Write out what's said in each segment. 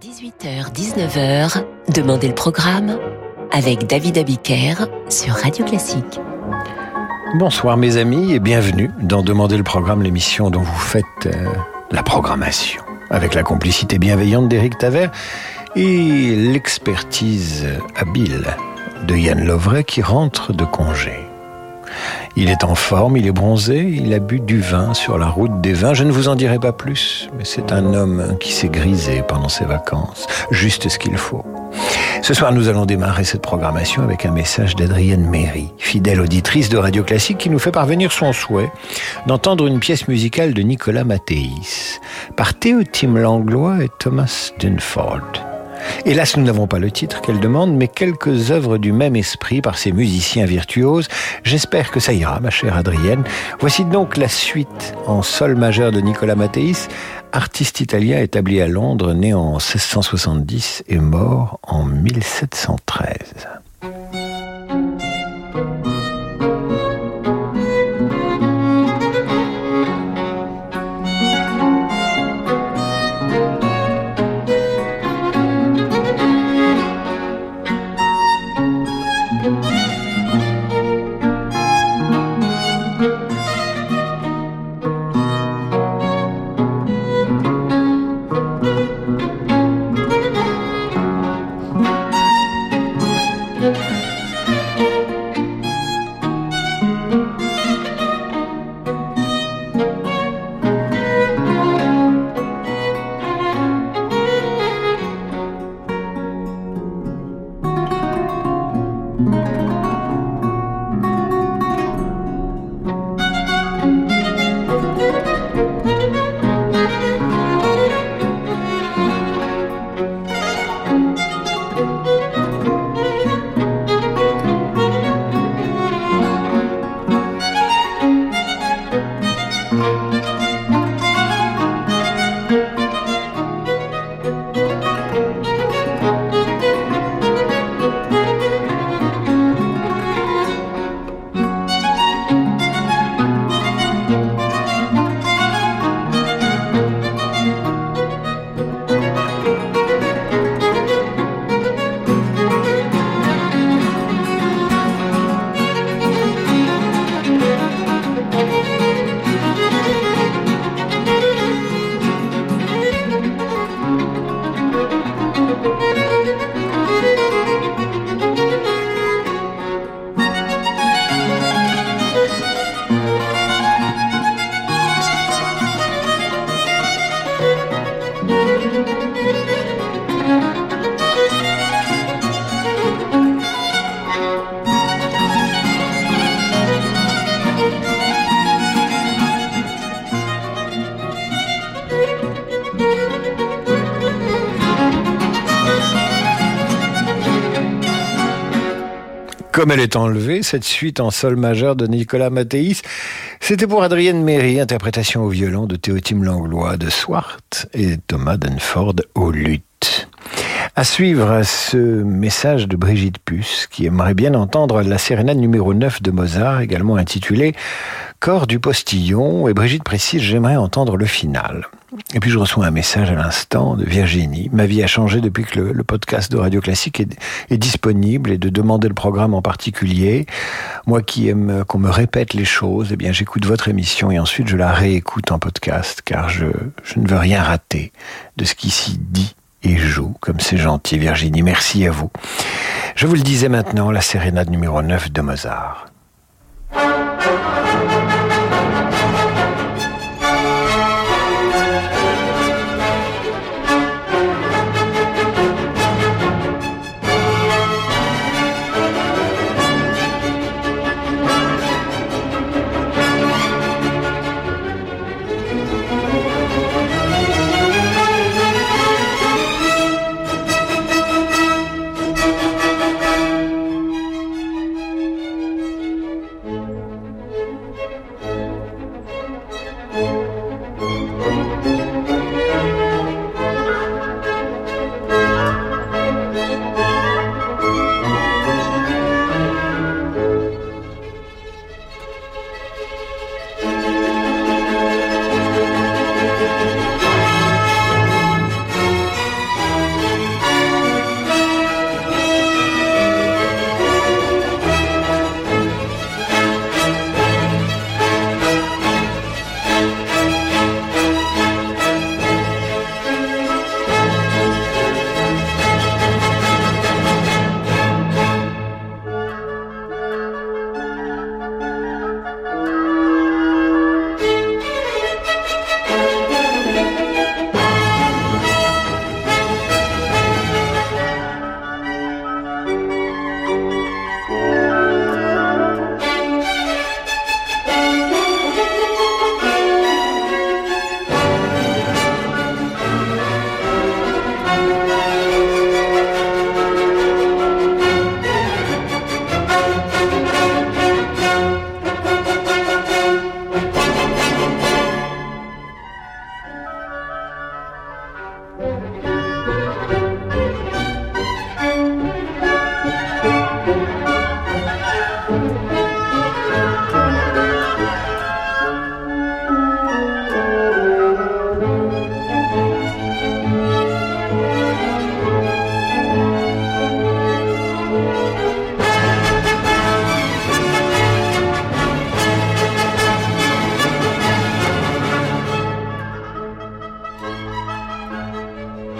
18h-19h, Demandez le programme avec David Abiker sur Radio Classique. Bonsoir mes amis et bienvenue dans Demandez le programme, l'émission dont vous faites la programmation, avec la complicité bienveillante d'Éric Tavert et l'expertise habile de Yann Lovray qui rentre de congé. Il est en forme, il est bronzé, il a bu du vin sur la route des vins. Je ne vous en dirai pas plus, mais c'est un homme qui s'est grisé pendant ses vacances. Juste ce qu'il faut. Ce soir, nous allons démarrer cette programmation avec un message d'Adrienne Méry, fidèle auditrice de Radio Classique, qui nous fait parvenir son souhait d'entendre une pièce musicale de Nicolas Mathéis, par Théotime Langlois et Thomas Dunford. Hélas, nous n'avons pas le titre qu'elle demande, mais quelques œuvres du même esprit par ces musiciens virtuoses. J'espère que ça ira, ma chère Adrienne. Voici donc la suite en sol majeur de Nicolas Mathéis, artiste italien établi à Londres, né en 1670 et mort en 1713. Comme elle est enlevée, cette suite en sol majeur de Nicolas Mathéis, c'était pour Adrienne Méry, interprétation au violon de Théotime Langlois de Swart et Thomas Dunford au luth. À suivre ce message de Brigitte Puce, qui aimerait bien entendre la sérénade numéro 9 de Mozart, également intitulée Cor du postillon, et Brigitte précise « J'aimerais entendre le final ». Et puis je reçois un message à l'instant de Virginie. Ma vie a changé depuis que le podcast de Radio Classique est disponible et de demander le programme en particulier. Moi qui aime qu'on me répète les choses, eh bien j'écoute votre émission et ensuite je la réécoute en podcast car je ne veux rien rater de ce qui s'y dit et joue. Comme c'est gentil Virginie, merci à vous. Je vous le disais maintenant, la sérénade numéro 9 de Mozart.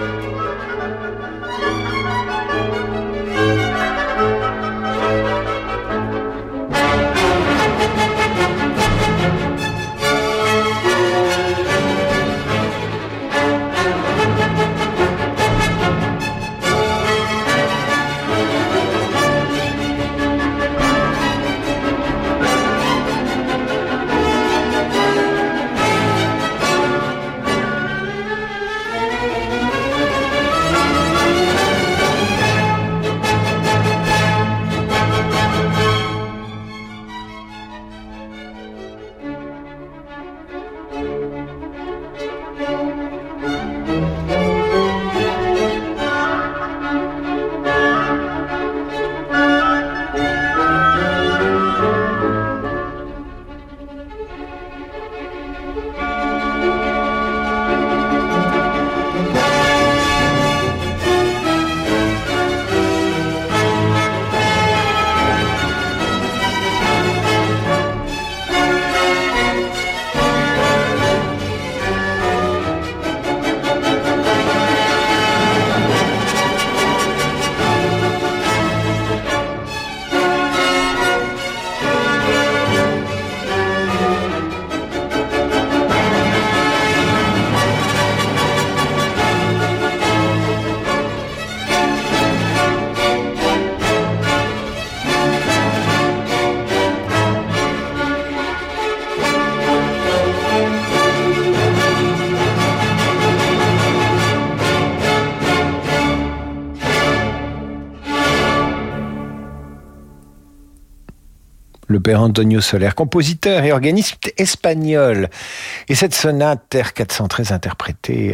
Le père Antonio Soler, compositeur et organiste espagnol. Et cette sonate R413 interprétée...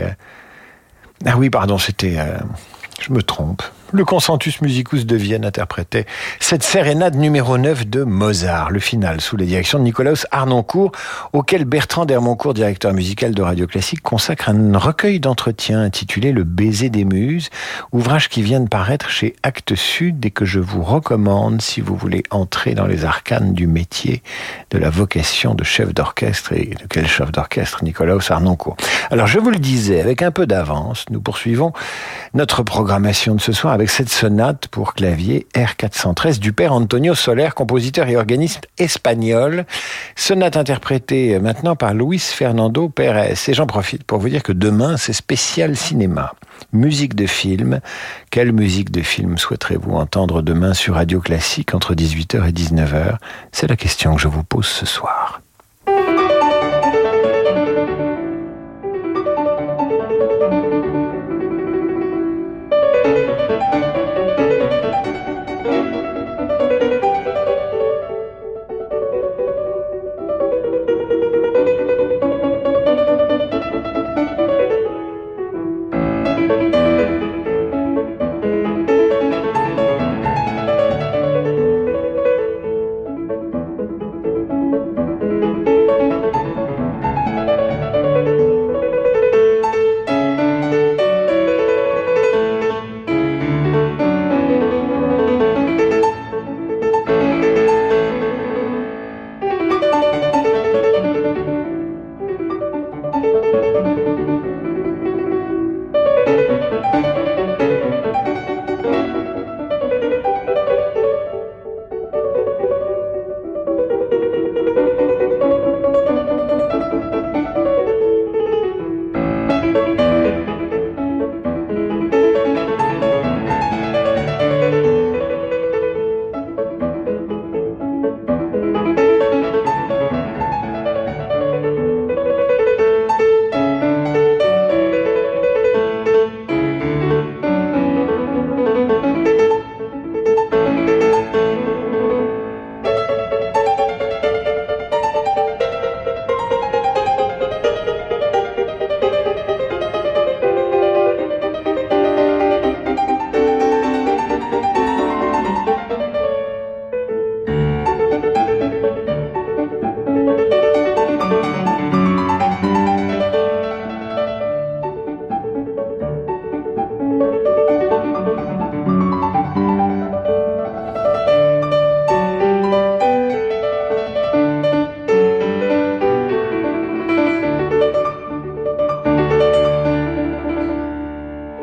Ah oui, pardon, c'était... Je me trompe. Le Concentus Musicus de Vienne interprétait cette sérénade numéro 9 de Mozart, le final, sous la direction de Nikolaus Harnoncourt, auquel Bertrand d'Hermoncourt, directeur musical de Radio Classique, consacre un recueil d'entretiens intitulé Le baiser des muses, ouvrage qui vient de paraître chez Actes Sud et que je vous recommande si vous voulez entrer dans les arcanes du métier, de la vocation de chef d'orchestre. Et de quel chef d'orchestre, Nikolaus Harnoncourt. Alors je vous le disais, avec un peu d'avance, nous poursuivons notre programmation de ce soir avec cette sonate pour clavier R413 du père Antonio Soler, compositeur et organiste espagnol. Sonate interprétée maintenant par Luis Fernando Pérez. Et j'en profite pour vous dire que demain, c'est spécial cinéma. Musique de film. Quelle musique de film souhaiterez-vous entendre demain sur Radio Classique entre 18h et 19h? C'est la question que je vous pose ce soir.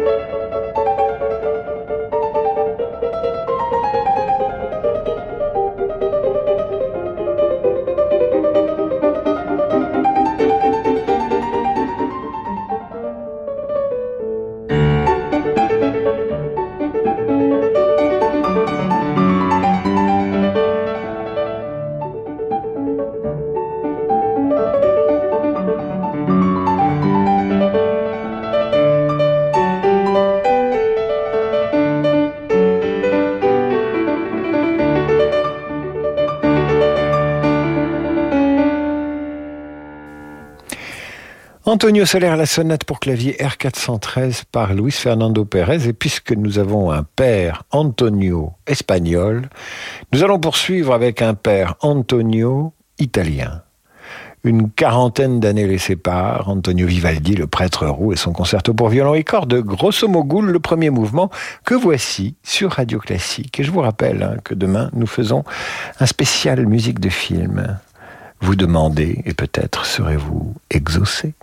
Antonio Soler à la sonate pour clavier R413 par Luis Fernando Pérez. Et puisque nous avons un père Antonio espagnol, nous allons poursuivre avec un père Antonio italien. Une quarantaine d'années les séparent, Antonio Vivaldi, le prêtre roux, et son concerto pour violon et cordes, grosso mogul, le premier mouvement, que voici sur Radio Classique. Et je vous rappelle que demain, nous faisons un spécial musique de film. Vous demandez, et peut-être serez-vous exaucé.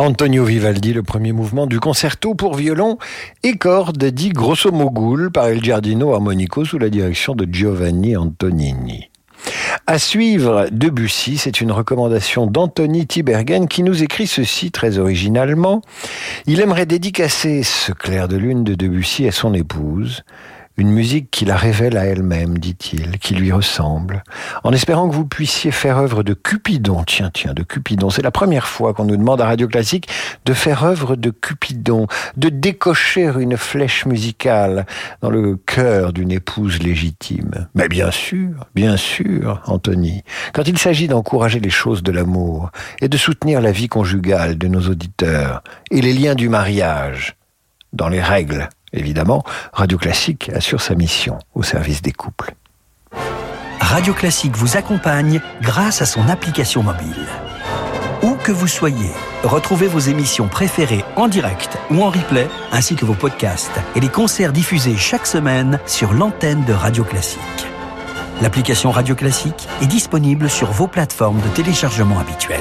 Antonio Vivaldi, le premier mouvement du concerto pour violon et cordes dit Grosso Mogul par El Giardino Armonico sous la direction de Giovanni Antonini. À suivre, Debussy, c'est une recommandation d'Anthony Tibergen qui nous écrit ceci très originalement. Il aimerait dédicacer ce clair de lune de Debussy à son épouse. Une musique qui la révèle à elle-même, dit-il, qui lui ressemble, en espérant que vous puissiez faire œuvre de Cupidon. Tiens, de Cupidon. C'est la première fois qu'on nous demande à Radio Classique de faire œuvre de Cupidon, de décocher une flèche musicale dans le cœur d'une épouse légitime. Mais bien sûr, Anthony, quand il s'agit d'encourager les choses de l'amour et de soutenir la vie conjugale de nos auditeurs et les liens du mariage, dans les règles, évidemment, Radio Classique assure sa mission au service des couples. Radio Classique vous accompagne grâce à son application mobile. Où que vous soyez, retrouvez vos émissions préférées en direct ou en replay, ainsi que vos podcasts et les concerts diffusés chaque semaine sur l'antenne de Radio Classique. L'application Radio Classique est disponible sur vos plateformes de téléchargement habituelles.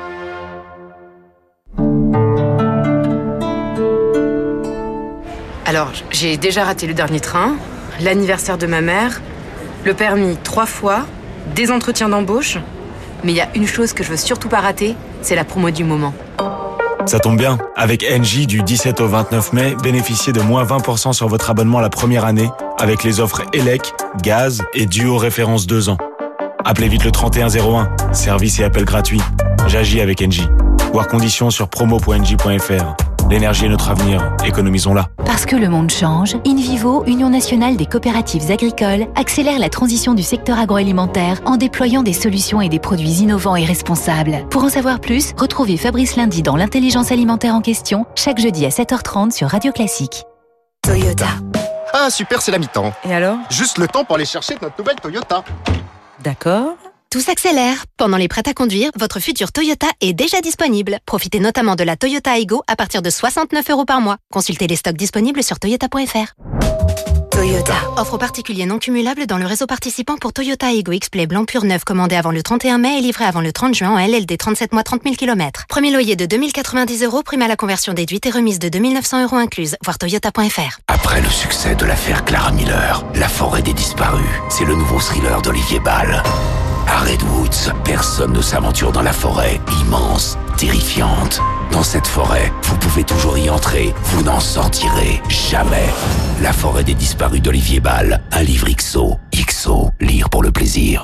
Alors, j'ai déjà raté le dernier train, l'anniversaire de ma mère, le permis 3 fois, des entretiens d'embauche. Mais il y a une chose que je veux surtout pas rater, c'est la promo du moment. Ça tombe bien. Avec Engie, du 17 au 29 mai, bénéficiez de moins 20% sur votre abonnement la première année avec les offres ELEC, gaz et duo référence 2 ans. Appelez vite le 3101. Service et appel gratuit. J'agis avec Engie. Voir conditions sur promo.engie.fr. L'énergie est notre avenir, économisons-la. Parce que le monde change, InVivo, Union nationale des coopératives agricoles, accélère la transition du secteur agroalimentaire en déployant des solutions et des produits innovants et responsables. Pour en savoir plus, retrouvez Fabrice Lundi dans l'intelligence alimentaire en question, chaque jeudi à 7h30 sur Radio Classique. Toyota. Ah super, c'est la mi-temps. Et alors ? Juste le temps pour aller chercher notre nouvelle Toyota. D'accord. Tout s'accélère. Pendant les prêts à conduire, votre futur Toyota est déjà disponible. Profitez notamment de la Toyota Aygo à partir de 69 € par mois. Consultez les stocks disponibles sur toyota.fr. Toyota. Offre aux particuliers non cumulables dans le réseau participant pour Toyota Aygo X-Play blanc pur neuf commandé avant le 31 mai et livré avant le 30 juin en LLD 37 mois 30 000 km. Premier loyer de 2090 €, prime à la conversion déduite et remise de 2900 € incluse. Voir toyota.fr. Après le succès de l'affaire Clara Miller, La forêt des disparus, c'est le nouveau thriller d'Olivier Ball. À Redwoods, personne ne s'aventure dans la forêt, immense, terrifiante. Dans cette forêt, vous pouvez toujours y entrer, vous n'en sortirez jamais. La forêt des disparus d'Olivier Ball, un livre XO. XO, lire pour le plaisir.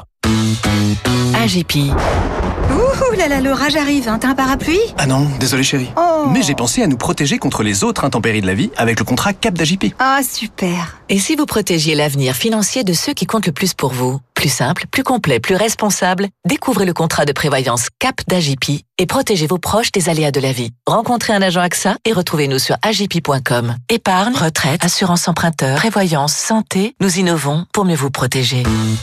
AGP. Ouh là là, l'orage arrive, hein. T'as un parapluie ? Ah non, désolé chérie. Oh. Mais j'ai pensé à nous protéger contre les autres intempéries de la vie avec le contrat Cap d'AJP. Ah, super. Et si vous protégiez l'avenir financier de ceux qui comptent le plus pour vous ? Plus simple, plus complet, plus responsable, découvrez le contrat de prévoyance Cap d'AJP et protégez vos proches des aléas de la vie. Rencontrez un agent AXA et retrouvez-nous sur ajp.com. Épargne, retraite, assurance emprunteur, prévoyance, santé, nous innovons pour mieux vous protéger.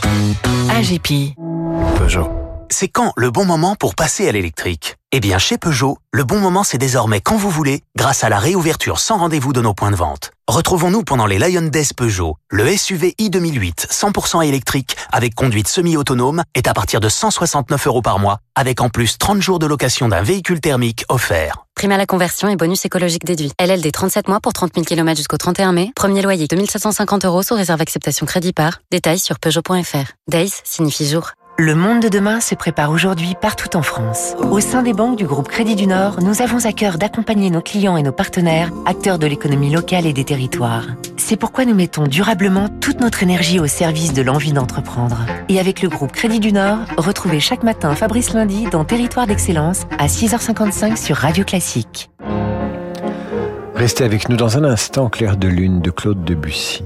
AJP. Peugeot. C'est quand le bon moment pour passer à l'électrique ? Eh bien, chez Peugeot, le bon moment c'est désormais quand vous voulez, grâce à la réouverture sans rendez-vous de nos points de vente. Retrouvons-nous pendant les Lion Days Peugeot. Le SUV i2008 100% électrique avec conduite semi-autonome est à partir de 169 € par mois, avec en plus 30 jours de location d'un véhicule thermique offert. Prime à la conversion et bonus écologique déduit. LLD 37 mois pour 30 000 km jusqu'au 31 mai. Premier loyer 2750 € sous réserve acceptation crédit par. Détails sur Peugeot.fr. Days signifie jour. Le monde de demain se prépare aujourd'hui partout en France. Au sein des banques du groupe Crédit du Nord, nous avons à cœur d'accompagner nos clients et nos partenaires, acteurs de l'économie locale et des territoires. C'est pourquoi nous mettons durablement toute notre énergie au service de l'envie d'entreprendre. Et avec le groupe Crédit du Nord, retrouvez chaque matin Fabrice Lundi dans Territoire d'Excellence à 6h55 sur Radio Classique. Restez avec nous dans un instant, Clair de Lune de Claude Debussy.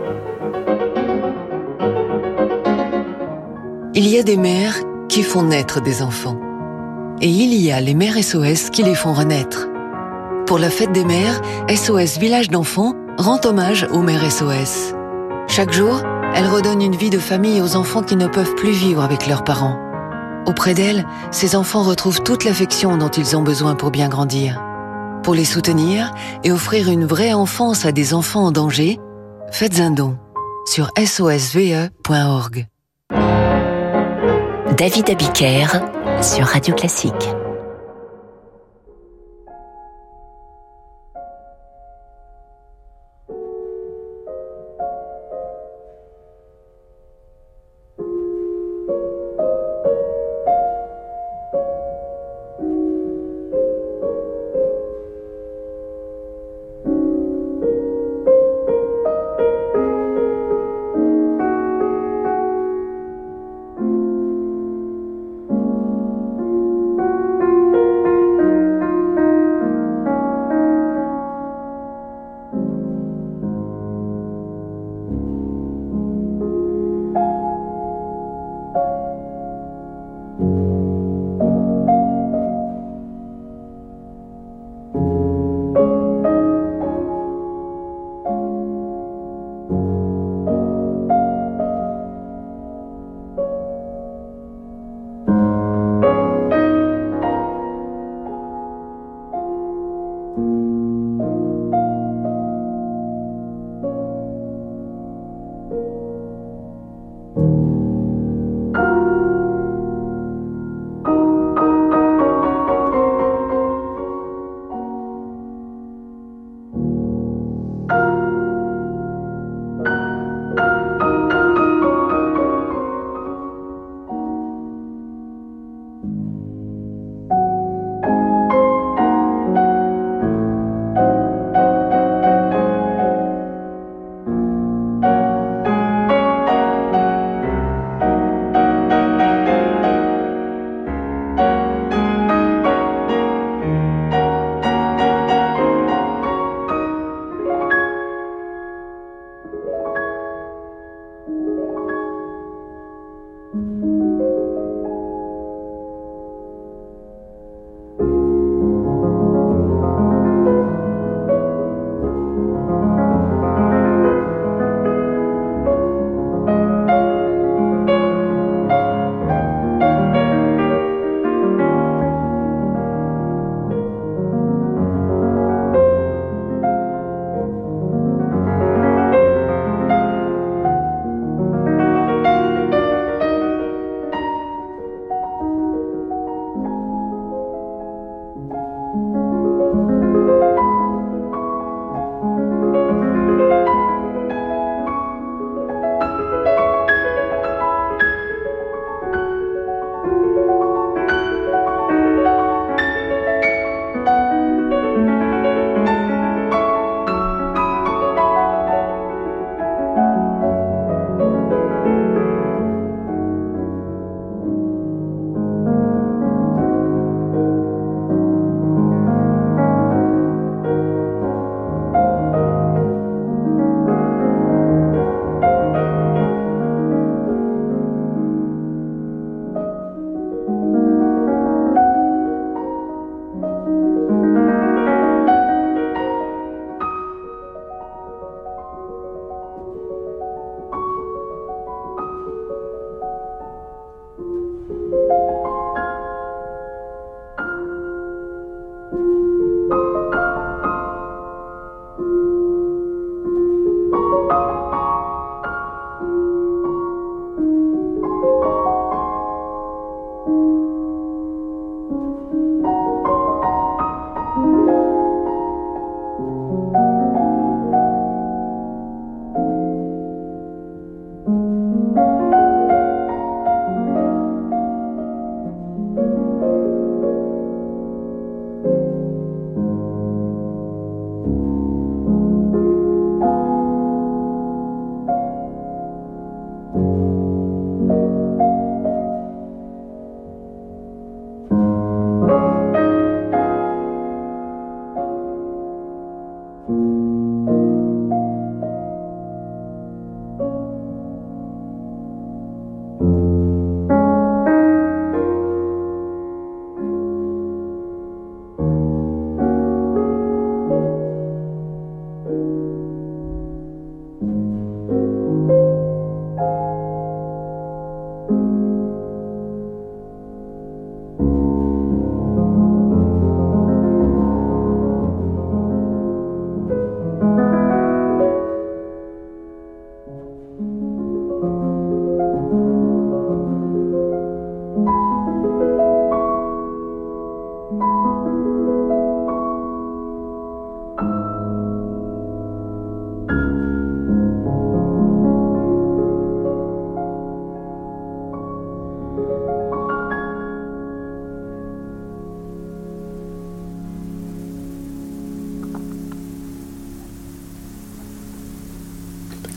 Il y a des mères qui font naître des enfants. Et il y a les mères SOS qui les font renaître. Pour la fête des mères, SOS Village d'enfants rend hommage aux mères SOS. Chaque jour, elle redonne une vie de famille aux enfants qui ne peuvent plus vivre avec leurs parents. Auprès d'elles, ces enfants retrouvent toute l'affection dont ils ont besoin pour bien grandir. Pour les soutenir et offrir une vraie enfance à des enfants en danger, faites un don sur sosve.org. David Abiker sur Radio Classique.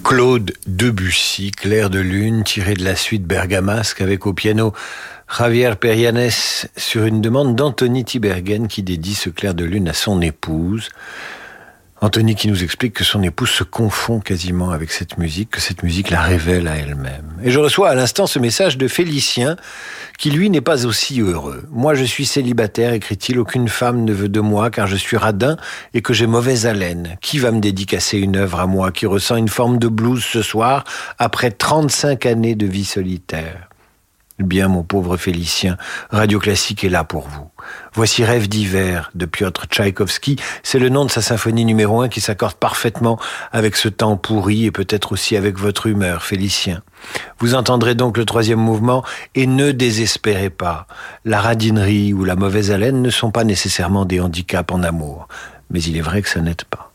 Claude Debussy, Clair de lune, tiré de la suite bergamasque avec au piano Javier Perianes sur une demande d'Anthony Tiberghien qui dédie ce Clair de lune à son épouse. Anthony qui nous explique que son épouse se confond quasiment avec cette musique, que cette musique la révèle à elle-même. Et je reçois à l'instant ce message de Félicien, qui lui n'est pas aussi heureux. « Moi je suis célibataire, écrit-il, aucune femme ne veut de moi car je suis radin et que j'ai mauvaise haleine. Qui va me dédicacer une œuvre à moi qui ressent une forme de blues ce soir après 35 années de vie solitaire ?» Bien, mon pauvre Félicien, Radio Classique est là pour vous. Voici Rêve d'hiver de Piotr Tchaïkovski. C'est le nom de sa symphonie numéro 1 qui s'accorde parfaitement avec ce temps pourri et peut-être aussi avec votre humeur, Félicien. Vous entendrez donc le troisième mouvement et ne désespérez pas. La radinerie ou la mauvaise haleine ne sont pas nécessairement des handicaps en amour. Mais il est vrai que ça n'aide pas.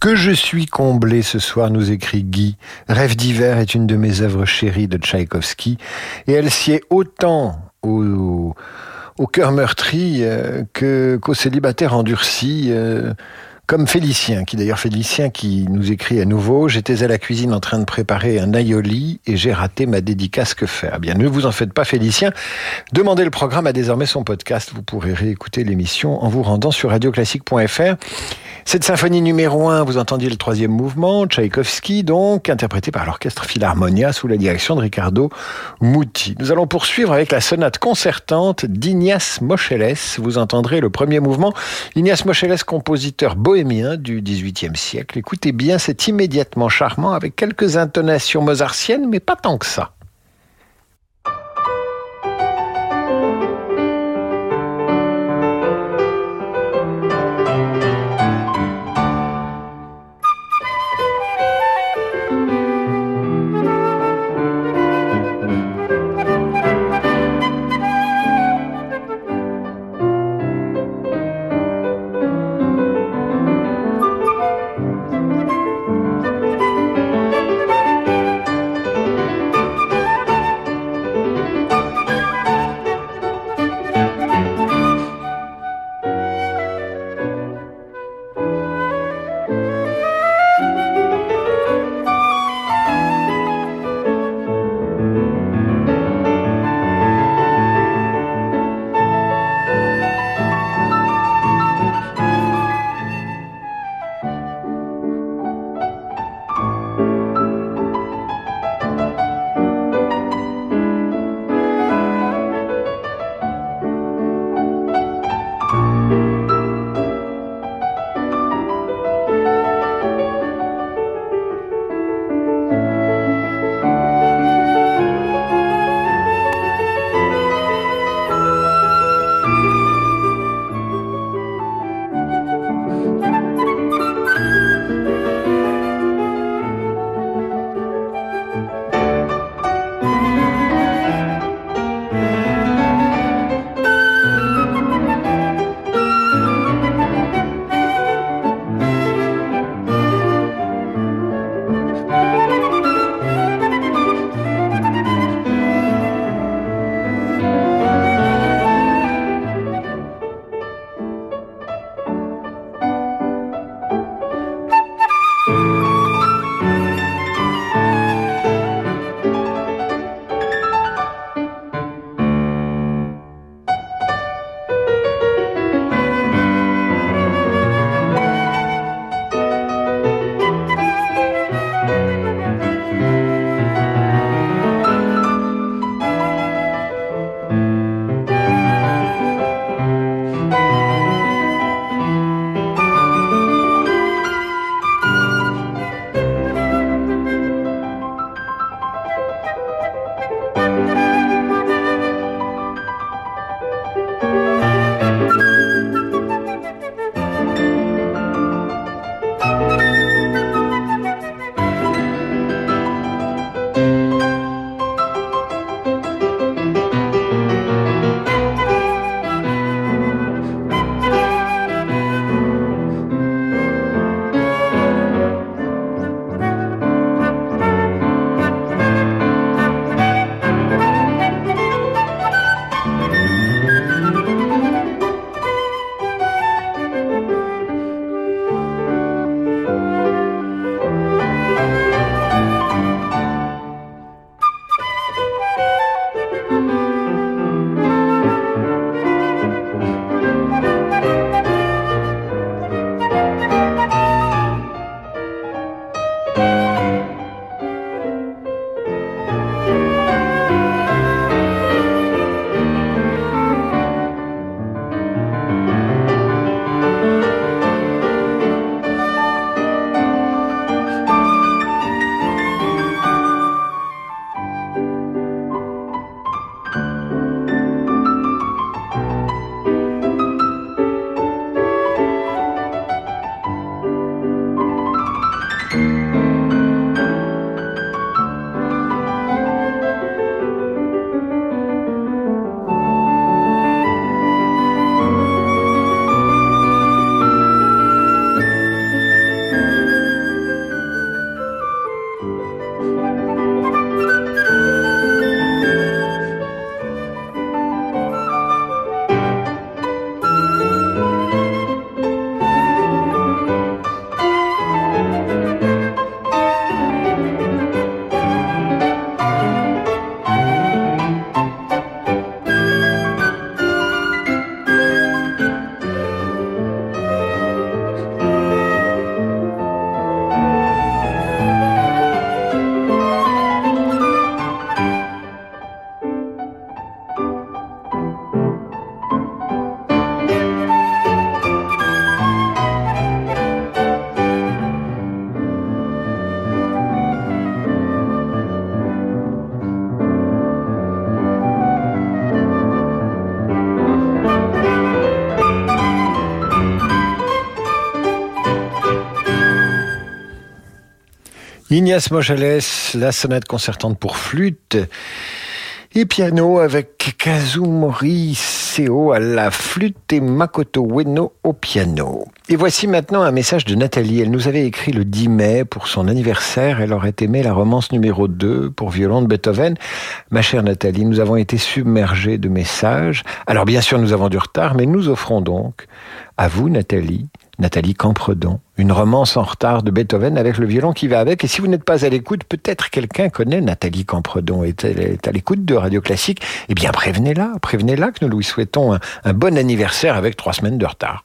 Que je suis comblé ce soir, nous écrit Guy. Rêve d'hiver est une de mes œuvres chéries de Tchaïkovski et elle sied autant au cœur meurtri qu'au célibataire endurci, comme Félicien, qui nous écrit à nouveau. J'étais à la cuisine en train de préparer un aioli et j'ai raté ma dédicace, que faire? Bien, ne vous en faites pas, Félicien. Demandez le programme a désormais son podcast. Vous pourrez réécouter l'émission en vous rendant sur radioclassique.fr. Cette symphonie numéro 1, vous entendiez le 3e mouvement, Tchaïkovski, donc, interprété par l'Orchestre Philharmonia sous la direction de Riccardo Muti. Nous allons poursuivre avec la sonate concertante d'Ignaz Moscheles. Vous entendrez le 1er mouvement. Ignaz Moscheles, compositeur bohémien du XVIIIe siècle. Écoutez bien, c'est immédiatement charmant avec quelques intonations mozartiennes, mais pas tant que ça. Ignace Moscheles, la sonate concertante pour flûte et piano avec Kazumori Seo à la flûte et Makoto Ueno au piano. Et voici maintenant un message de Nathalie. Elle nous avait écrit le 10 mai pour son anniversaire. Elle aurait aimé la romance numéro 2 pour violon de Beethoven. Ma chère Nathalie, nous avons été submergés de messages. Alors bien sûr, nous avons du retard, mais nous offrons donc à vous, Nathalie Campredon, une romance en retard de Beethoven avec le violon qui va avec. Et si vous n'êtes pas à l'écoute, peut-être quelqu'un connaît Nathalie Campredon et est à l'écoute de Radio Classique. Eh bien, prévenez-la que nous lui souhaitons un bon anniversaire avec 3 semaines de retard.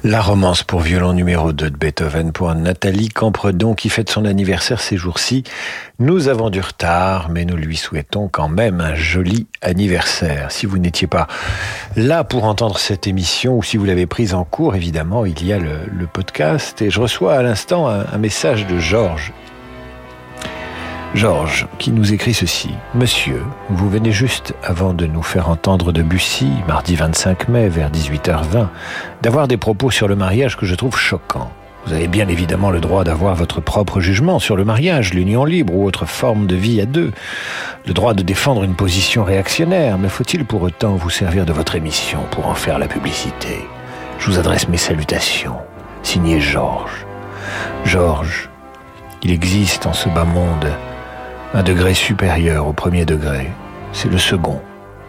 La romance pour violon numéro 2 de Beethoven pour Nathalie Campredon qui fête son anniversaire ces jours-ci. Nous avons du retard, mais nous lui souhaitons quand même un joli anniversaire. Si vous n'étiez pas là pour entendre cette émission ou si vous l'avez prise en cours, évidemment, il y a le podcast. Et je reçois à l'instant un message de Georges. Georges, qui nous écrit ceci. Monsieur, vous venez juste, avant de nous faire entendre Debussy, mardi 25 mai, vers 18h20, d'avoir des propos sur le mariage que je trouve choquants. Vous avez bien évidemment le droit d'avoir votre propre jugement sur le mariage, l'union libre ou autre forme de vie à deux. Le droit de défendre une position réactionnaire, mais faut-il pour autant vous servir de votre émission pour en faire la publicité ? Je vous adresse mes salutations. Signé Georges. Georges, il existe en ce bas monde un degré supérieur au premier degré, c'est le second.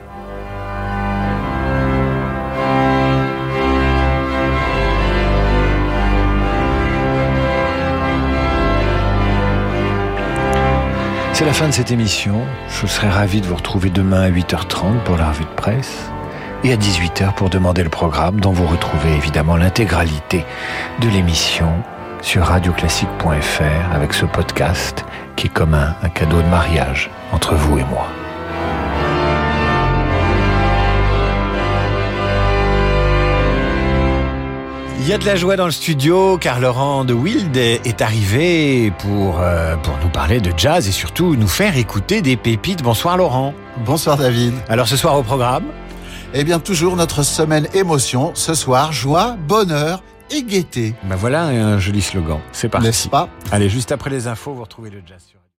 C'est la fin de cette émission. Je serai ravi de vous retrouver demain à 8h30 pour la revue de presse et à 18h pour demander le programme dont vous retrouvez évidemment l'intégralité de l'émission sur radioclassique.fr avec ce podcast qui est comme un cadeau de mariage entre vous et moi. Il y a de la joie dans le studio car Laurent de Wild est arrivé pour nous parler de jazz et surtout nous faire écouter des pépites. Bonsoir Laurent. Bonsoir David. Alors ce soir au programme ? Eh bien toujours notre semaine émotion. Ce soir, joie, bonheur et gaieté. Ben voilà un joli slogan. C'est parti. N'est-ce pas ? Allez, juste après les infos, vous retrouvez le jazz sur